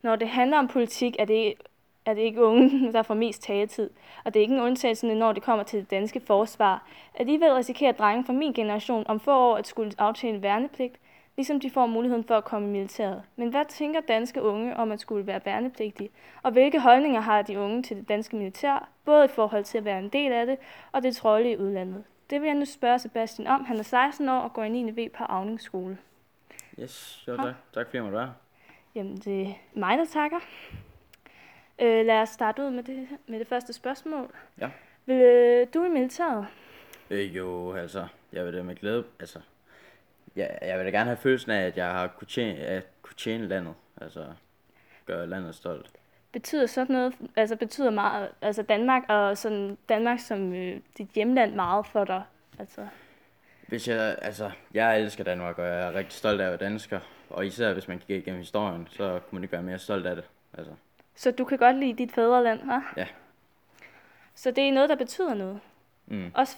når det handler om politik, er det ikke unge, der får mest taletid. Og det er ikke en undtagelse, når det kommer til det danske forsvar. Alligevel risikerer drenge fra min generation om få år at skulle aftjene værnepligt, ligesom de får muligheden for at komme i militæret. Men hvad tænker danske unge om at skulle være værnepligtige? Og hvilke holdninger har de unge til det danske militær, både i forhold til at være en del af det, og dets rolle i udlandet? Det vil jeg nu spørge Sebastian om. Han er 16 år og går i 9. V på Auning Skole. Yes, jo tak. Tak fordi jeg måtte være. Jamen, det er mig, der takker. Lad os starte ud med det første spørgsmål. Ja. Vil du i militæret? Jo, altså, jeg vil da med glæde, altså, jeg vil da gerne have følelsen af, at jeg har kunne tjene landet, altså, gøre landet stolt. Betyder sådan noget, altså betyder meget, altså Danmark og sådan Danmark som dit hjemland meget for dig, altså? Jeg elsker Danmark, og jeg er rigtig stolt af at være dansker, og især hvis man kigger igennem historien, så kunne man ikke være mere stolt af det, altså. Så du kan godt lide dit fædreland, hva'? Ja. Så det er noget, der betyder noget? Mm. Også,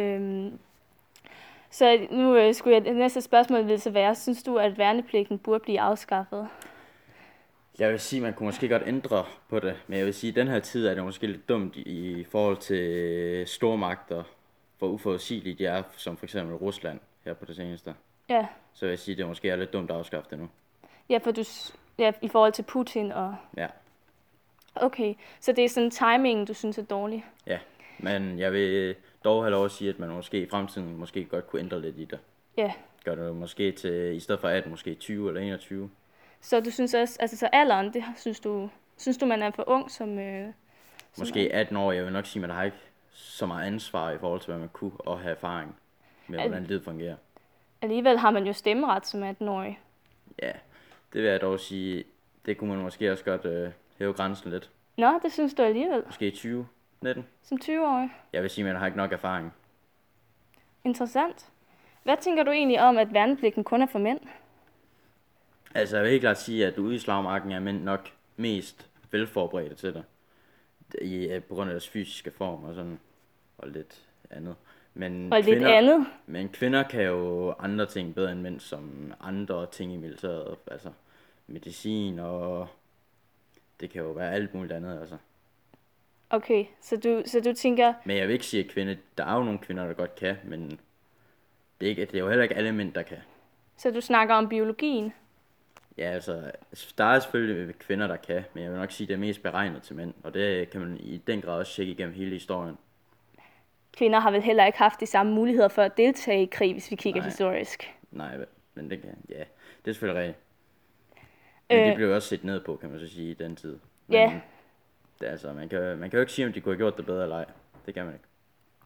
så nu skulle det næste spørgsmål ville så være, synes du, at værnepligten burde blive afskaffet? Jeg vil sige, at man kunne måske godt ændre på det, men jeg vil sige, at den her tid er det måske lidt dumt i forhold til stormagter, hvor uforudsigelige de er, som for eksempel Rusland her på det seneste. Ja. Så vil jeg sige, at det måske er lidt dumt at afskaffe det nu. Ja, i forhold til Putin og... Ja. Okay, så det er sådan timingen, du synes er dårlig? Ja, men jeg vil dog have lov at sige, at man måske i fremtiden måske godt kunne ændre lidt i det. Ja. Gør det måske til, i stedet for 18, måske 20 eller 21. Så du synes også, altså så alderen, det synes du man er for ung som... Måske 18 år, jeg vil nok sige, at man har ikke så meget ansvar i forhold til, hvad man kunne, og have erfaring med, hvordan livet fungerer. Alligevel har man jo stemmeret som 18-årig. Ja, det vil jeg dog sige, det kunne man måske også godt hæve grænsen lidt. Nå, det synes du alligevel. Måske 20, 19. Som 20-årig. Jeg vil sige, at man har ikke nok erfaring. Interessant. Hvad tænker du egentlig om, at værnepligten kun er for mænd? Altså, jeg vil helt klart sige, at ude i slagmarken er mænd nok mest velforberedte til det. På grund af deres fysiske form og sådan, og lidt andet. Men kvinder kan jo andre ting bedre end mænd, som andre ting i militæret. Altså medicin, og det kan jo være alt muligt andet, altså. Okay, så du tænker... Men jeg vil ikke sige, at kvinder, der er jo nogle kvinder, der godt kan, men det er jo heller ikke alle mænd, der kan. Så du snakker om biologien? Ja, altså, der er selvfølgelig kvinder, der kan, men jeg vil nok sige, at det er mest beregnet til mænd, og det kan man i den grad også tjekke igennem hele historien. Kvinder har vel heller ikke haft de samme muligheder for at deltage i krig, hvis vi kigger historisk. Nej, men det kan, ja, det er selvfølgelig rigtigt. Men det blev jo også set ned på, kan man så sige, i den tid. Men, ja. Det, altså, man kan jo ikke sige, om de kunne have gjort det bedre eller ej. Det kan man ikke.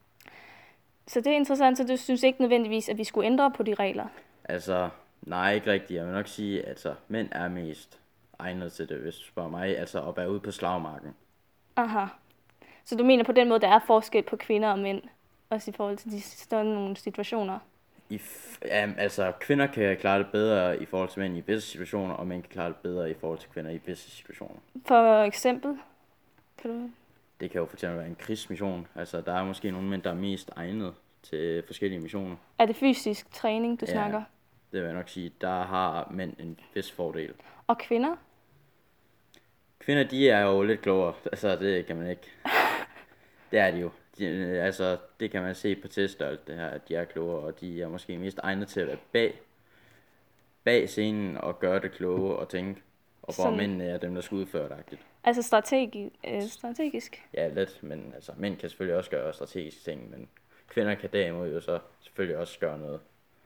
Så det er interessant, så du synes ikke nødvendigvis, at vi skulle ændre på de regler? Altså, nej, ikke rigtigt. Jeg vil nok sige, at altså, mænd er mest egnet til det, hvis du spørger mig, altså at være ude på slagmarken. Aha. Så du mener på den måde, der er forskel på kvinder og mænd, også i forhold til sådan nogle situationer? Altså, kvinder kan klare det bedre i forhold til mænd i visse situationer, og mænd kan klare det bedre i forhold til kvinder i visse situationer. For eksempel? Det kan jo for eksempel være en krigsmission. Altså, der er måske nogle mænd, der er mest egnet til forskellige missioner. Er det fysisk træning, du snakker? Det vil jeg nok sige. Der har mænd en vis fordel. Og kvinder? Kvinder, de er jo lidt klogere. Altså, det kan man ikke. Det er de jo. Altså, det kan man se på test og alt det her, at de er klogere, og de er måske mest egnet til at være bag scenen og gøre det kloge og tænke. Og hvor mændene er dem, der skal udføre det. Altså strategisk? Ja, lidt, men altså, mænd kan selvfølgelig også gøre strategiske ting, men kvinder kan derimod jo så selvfølgelig også gøre noget.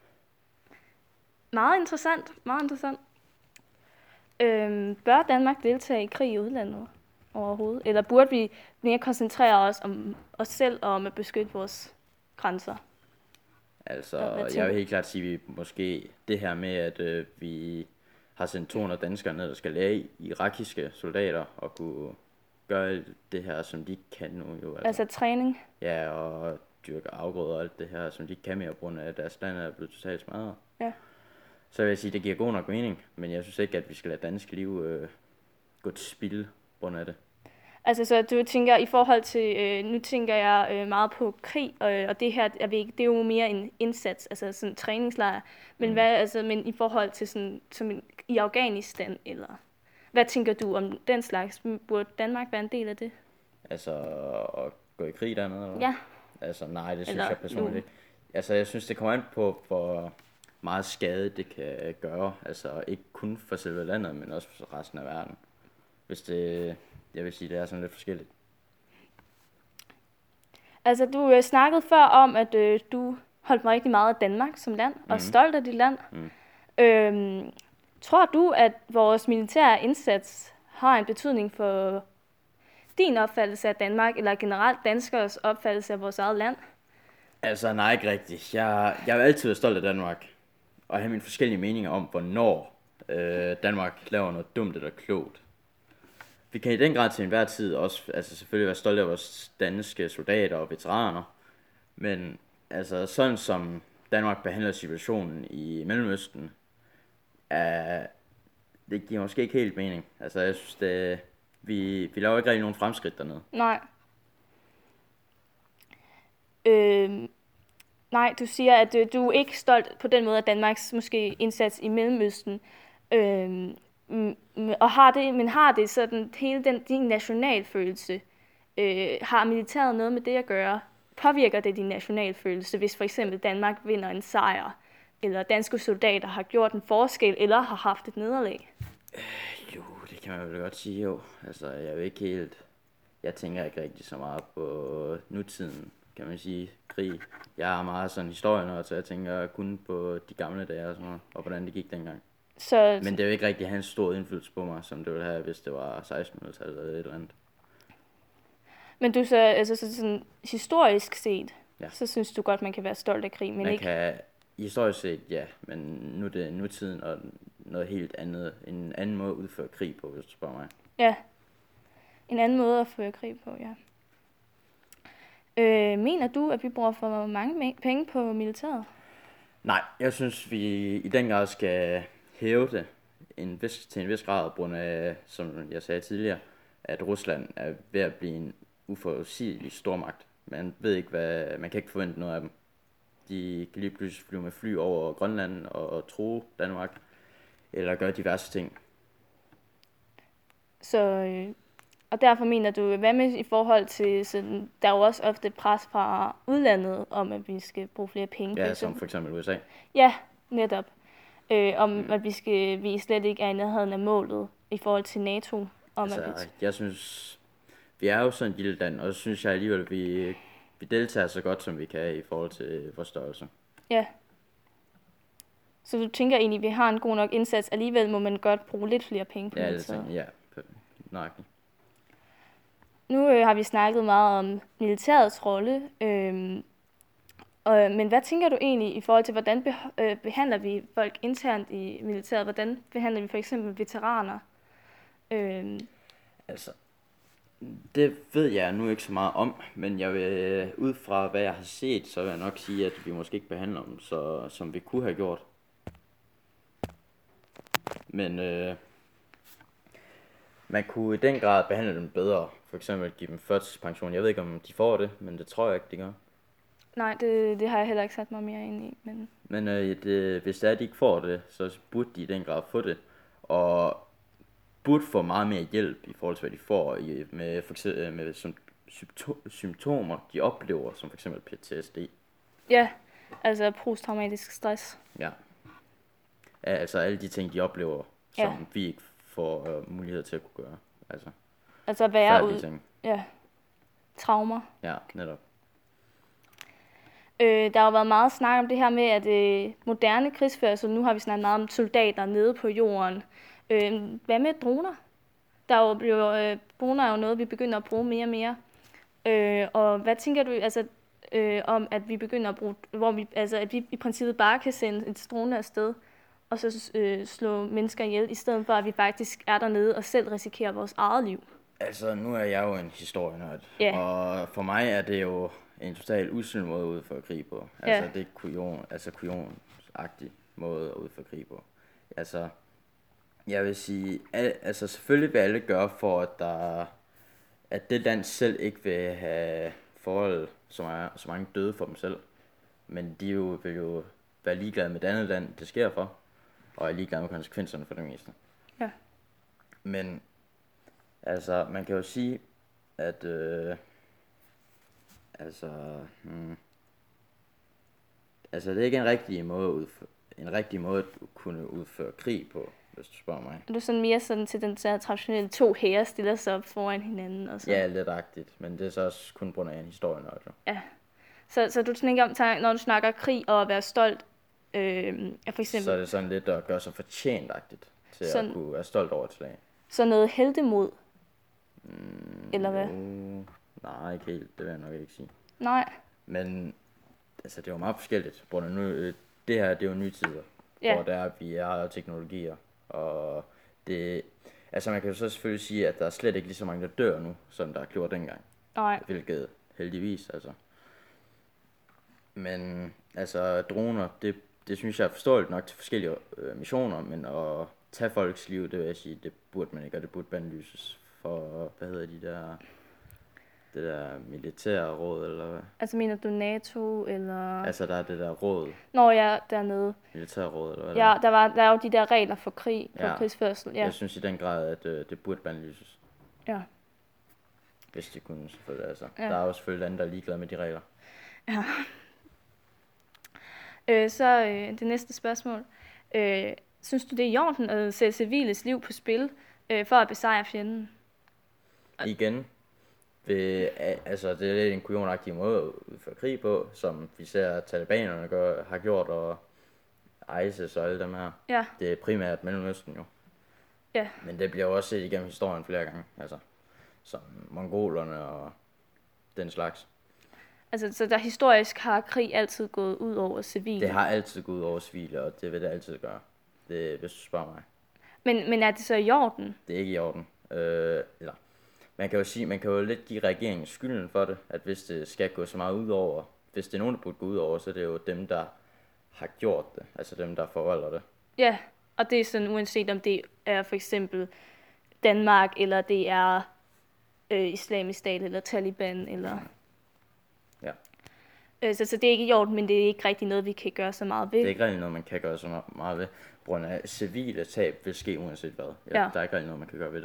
Meget interessant. Bør Danmark deltage i krig i udlandet overhovedet? Eller burde vi mere koncentrere os om os selv og om at beskytte vores grænser? Altså, jeg vil helt klart sige, at vi måske det her med, at vi har sendt 200 danskere ned, der skal lære irakiske soldater og kunne gøre det her, som de kan nu jo. Altså træning? Ja, og dyrke afgrøder og alt det her, som de kan mere på grund af, at deres land er blevet totalt smadret. Ja. Så vil jeg sige, at det giver god nok mening, men jeg synes ikke, at vi skal lade dansk liv gå til spilde på grund af det. Altså, så du tænker i forhold til, nu tænker jeg meget på krig, og det her, det er jo mere en indsats, altså sådan en træningslejr, men men i forhold til sådan, som i Afghanistan, eller Hvad tænker du om den slags? Burde Danmark være en del af det? Altså at gå i krig dernede, eller hvad? Ja. Altså nej, det synes Eller jeg personligt nu. ikke. Altså jeg synes, det kommer an på, hvor meget skade det kan gøre. Altså ikke kun for selve landet, men også for resten af verden. Hvis det, jeg vil sige, det er sådan lidt forskelligt. Altså, du snakkede før om, at du holdt mig rigtig meget af Danmark som land, og er stolt af dit land. Tror du, at vores militære indsats har en betydning for din opfattelse af Danmark, eller generelt danskers opfattelse af vores eget land? Altså nej, ikke rigtigt. Jeg vil altid være stolt af Danmark, og have mine forskellige meninger om, hvornår Danmark laver noget dumt eller klogt. Vi kan i den grad til enhver tid også altså selvfølgelig være stolte af vores danske soldater og veteraner, men altså sådan som Danmark behandler situationen i Mellemøsten, det giver måske ikke helt mening. Altså jeg synes, vi laver ikke rigtig nogen fremskridt dernede. Nej. Nej, du siger, at du er ikke stolt på den måde af Danmarks måske indsats i Mellemøsten. Og har det sådan hele din nationalfølelse? Har militæret noget med det at gøre? Påvirker det din nationalfølelse, hvis for eksempel Danmark vinder en sejr, eller danske soldater har gjort en forskel, eller har haft et nederlag? Jo, det kan man vel godt sige, jo. Altså jeg vil ikke helt... Jeg tænker ikke rigtig så meget på nutiden, kan man sige, krig. Jeg er meget sådan historienørd, så jeg tænker kun på de gamle dage og sådan noget, og hvordan det gik dengang. Men det er jo ikke rigtig hans stor indflydelse på mig, som det ville have, hvis det var 1600-tallet eller et eller andet. Men du så, altså sådan historisk set, Ja. så synes du godt, man kan være stolt af krig, men Man ikke... kan historisk set, ja, men nu er det nutiden og noget helt andet, en anden måde at udføre krig på, hvis du spørger mig. Ja, en anden måde at føre krig på, ja. Mener du, at vi bruger for mange penge på militæret? Nej, jeg synes, vi i den grad skal hæve det til en vis grad, på grund af, som jeg sagde tidligere, at Rusland er ved at blive en uforudsigelig stormagt. Man ved ikke, man kan ikke forvente noget af dem. De kan lige pludselig flyve med fly over Grønland og true Danmark, eller gøre diverse ting. Så, og derfor mener du, hvad med i forhold til, sådan, der er jo også ofte pres fra udlandet om, at vi skal bruge flere penge. Ja, som for eksempel USA. Ja, netop. At vi slet ikke er i nærheden af målet i forhold til NATO. Jeg synes, vi er jo sådan en lille land, og så synes jeg alligevel, at vi deltager så godt, som vi kan i forhold til vores størrelse. Ja. Så du tænker egentlig, at vi har en god nok indsats, alligevel må man godt bruge lidt flere penge på militæret? Ja, nøjagtigt. Nu har vi snakket meget om militærets rolle, men hvad tænker du egentlig i forhold til, hvordan behandler vi folk internt i militæret? Hvordan behandler vi for eksempel veteraner? Altså, det ved jeg nu ikke så meget om, men jeg vil ud fra hvad jeg har set, så vil jeg nok sige, at vi måske ikke behandler dem, som vi kunne have gjort. Men man kunne i den grad behandle dem bedre. For eksempel give dem førtidspension. Jeg ved ikke, om de får det, men det tror jeg ikke, de gør. Nej, det har jeg heller ikke sat mig mere ind i. Men hvis det er, de ikke får det, så burde de i den grad få det. Og burde få meget mere hjælp i forhold til, hvad de får med, for eksempel, med symptomer, de oplever, som for eksempel PTSD. Ja, altså posttraumatisk stress. Ja. Altså alle de ting, de oplever, som vi ikke får mulighed til at kunne gøre. Altså være ud. Ja. Traumer. Ja, netop. Der har jo været meget snak om det her med, at moderne krigsførelse, nu har vi snakket meget om soldater nede på jorden. Hvad med droner? Droner er jo noget, vi begynder at bruge mere og mere. Og hvad tænker du om, at vi begynder at bruge, at vi i princippet bare kan sende en drone afsted, og så slå mennesker ihjel, i stedet for, at vi faktisk er dernede og selv risikerer vores eget liv? Altså, nu er jeg jo en historienørd, og for mig er det jo en totalt usynlig måde at udføre krig på. Altså, det er kujonagtig måde at udføre krig på. Altså, jeg vil sige, selvfølgelig vil alle gøre for, at det land selv ikke vil have forhold, som er så mange døde for dem selv. Men de vil jo være ligeglade med det andet land, det sker for, og er ligeglade med konsekvenserne for det meste. Ja. Men altså, man kan jo sige, at altså, altså det er ikke en rigtig måde at kunne udføre krig på, hvis du spørger mig. Er du sådan mere sådan til den så traditionelle 2 hære stiller sig op foran hinanden og så? Ja, lidt agtigt, men det er så også kun på grund af en historie nok. Ja. Så du tænker om, når du snakker krig og at være stolt af for eksempel... Så er det sådan lidt at gøre sig fortjent-agtigt til sådan, at kunne være stolt over et slag. Så noget heltemod? Eller hvad? Nej, ikke helt. Det vil jeg nok ikke sige. Nej. Men altså, det er jo meget forskelligt. Det her, det er jo nye tider. Ja. Hvor der er, vi har teknologier. Og det... Altså, man kan jo så selvfølgelig sige, at der er slet ikke lige så mange, der dør nu, som der gjorde dengang. Nej. Hvilket heldigvis, altså. Men altså, droner, det synes jeg er forståeligt nok til forskellige missioner, men at tage folks liv, det vil jeg sige, det burde man ikke, og det burde bandlyses for, hvad hedder det der militære råd, eller hvad? Altså mener du NATO, eller... Altså, der er det der råd. Nå ja, dernede. Militære råd, eller hvad? Ja, der er jo de der regler for krig, for krigsførsel, ja. Jeg synes i den grad, at det burde bandlyses. Ja. Hvis det kunne, selvfølgelig, altså. Ja. Der er jo selvfølgelig andre, der er ligeglade med de regler. Ja. Det næste spørgsmål. Synes du, det er i orden at sætte civiles liv på spil for at besejre fjenden? Igen, altså det er lidt en kujonagtig måde at udføre krig på, som vi ser at talibanerne har gjort, og ISIS og alle dem her. Ja. Det er primært Mellemøsten jo. Ja. Men det bliver jo også set igennem historien flere gange, altså som mongolerne og den slags. Altså, så der historisk har krig altid gået ud over civile? Det har altid gået ud over civile, og det vil det altid gøre, hvis du spørger mig. Men er det så i orden? Det er ikke i orden. Eller, man kan jo lidt give regeringen skylden for det, at hvis det skal gå så meget ud over, hvis det er nogen, der burde gå ud over, så er det jo dem, der har gjort det, altså dem, der forvolder det. Ja, og det er sådan, uanset om det er for eksempel Danmark, eller det er Islamisk Stat, eller Taliban, eller... Ja. Så det er ikke i orden, men det er ikke rigtig noget, vi kan gøre så meget ved. Det er ikke rigtig noget, man kan gøre så meget ved. På grund af civile tab vil ske uanset hvad. Ja. Der er ikke rigtig noget, man kan gøre ved det.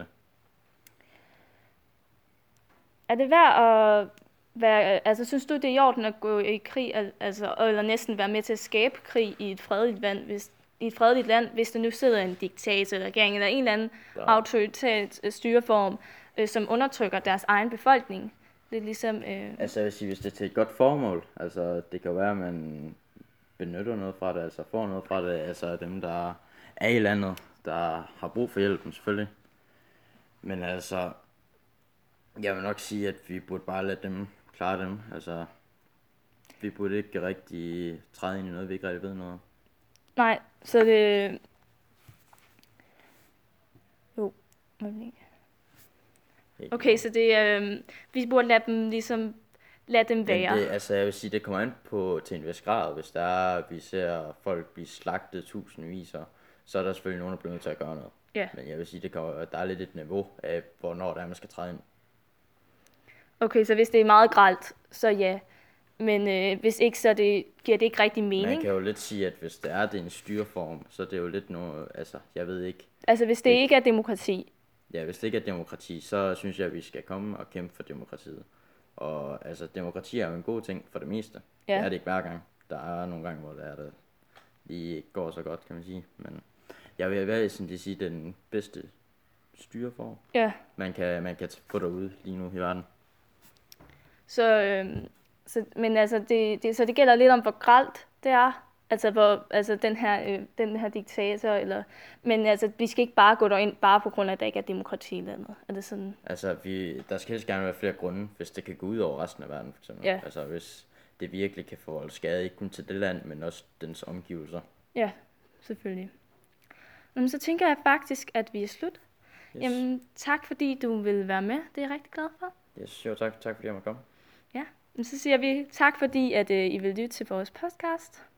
Er det værd at være... Altså, synes du, det er i orden at gå i krig, altså, eller næsten være med til at skabe krig i et fredeligt land, hvis der nu sidder en diktator, regering eller en eller anden autoritært styreform, som undertrykker deres egen befolkning? Lidt ligesom... Altså jeg vil sige, hvis det er til et godt formål, altså det kan være, at man benytter noget fra det, altså får noget fra det, altså dem, der er i landet, der har brug for hjælpen selvfølgelig. Men altså, jeg vil nok sige, at vi burde bare lade dem klare dem, altså vi burde ikke rigtig træde ind i noget, vi ikke rigtig ved noget. Nej, så det... Jo, okay, så det vi burde lade dem være. Men det, altså jeg vil sige, det kommer an på til en vis grad. Hvis der er, vi ser folk blive slagtet tusindvis, så er der selvfølgelig nogen, der bliver nødt til at gøre noget. Ja. Men jeg vil sige, der er lidt et niveau af, hvornår der er, man skal træde ind. Okay, så hvis det er meget grelt, så ja. Men hvis ikke, så giver det ikke rigtig mening. Man kan jo lidt sige, at hvis det er en styreform, så er det jo lidt noget, altså jeg ved ikke. Altså hvis det ikke er demokrati. Ja, hvis det ikke er demokrati, så synes jeg, at vi skal komme og kæmpe for demokratiet. Og altså, demokrati er jo en god ting for det meste. Ja. Det er det ikke hver gang. Der er nogle gange, hvor det lige ikke går så godt, kan man sige. Men jeg vil være sådan at sige, den bedste styreform, man kan få derude lige nu i verden. Men altså, det gælder lidt om, hvor grelt det er. Altså den her diktator, men altså, vi skal ikke bare gå derind, bare på grund af, at der ikke er demokrati eller noget. Er det sådan? Altså, der skal helst gerne være flere grunde, hvis det kan gå ud over resten af verden, for eksempel. Ja. Altså, hvis det virkelig kan forvolde skade, ikke kun til det land, men også dens omgivelser. Ja, selvfølgelig. Men så tænker jeg faktisk, at vi er slut. Yes. Jamen, tak fordi du vil være med. Det er jeg rigtig glad for. Yes, jo, tak fordi jeg måtte komme. Ja, men så siger vi tak fordi, at I vil lytte til vores podcast.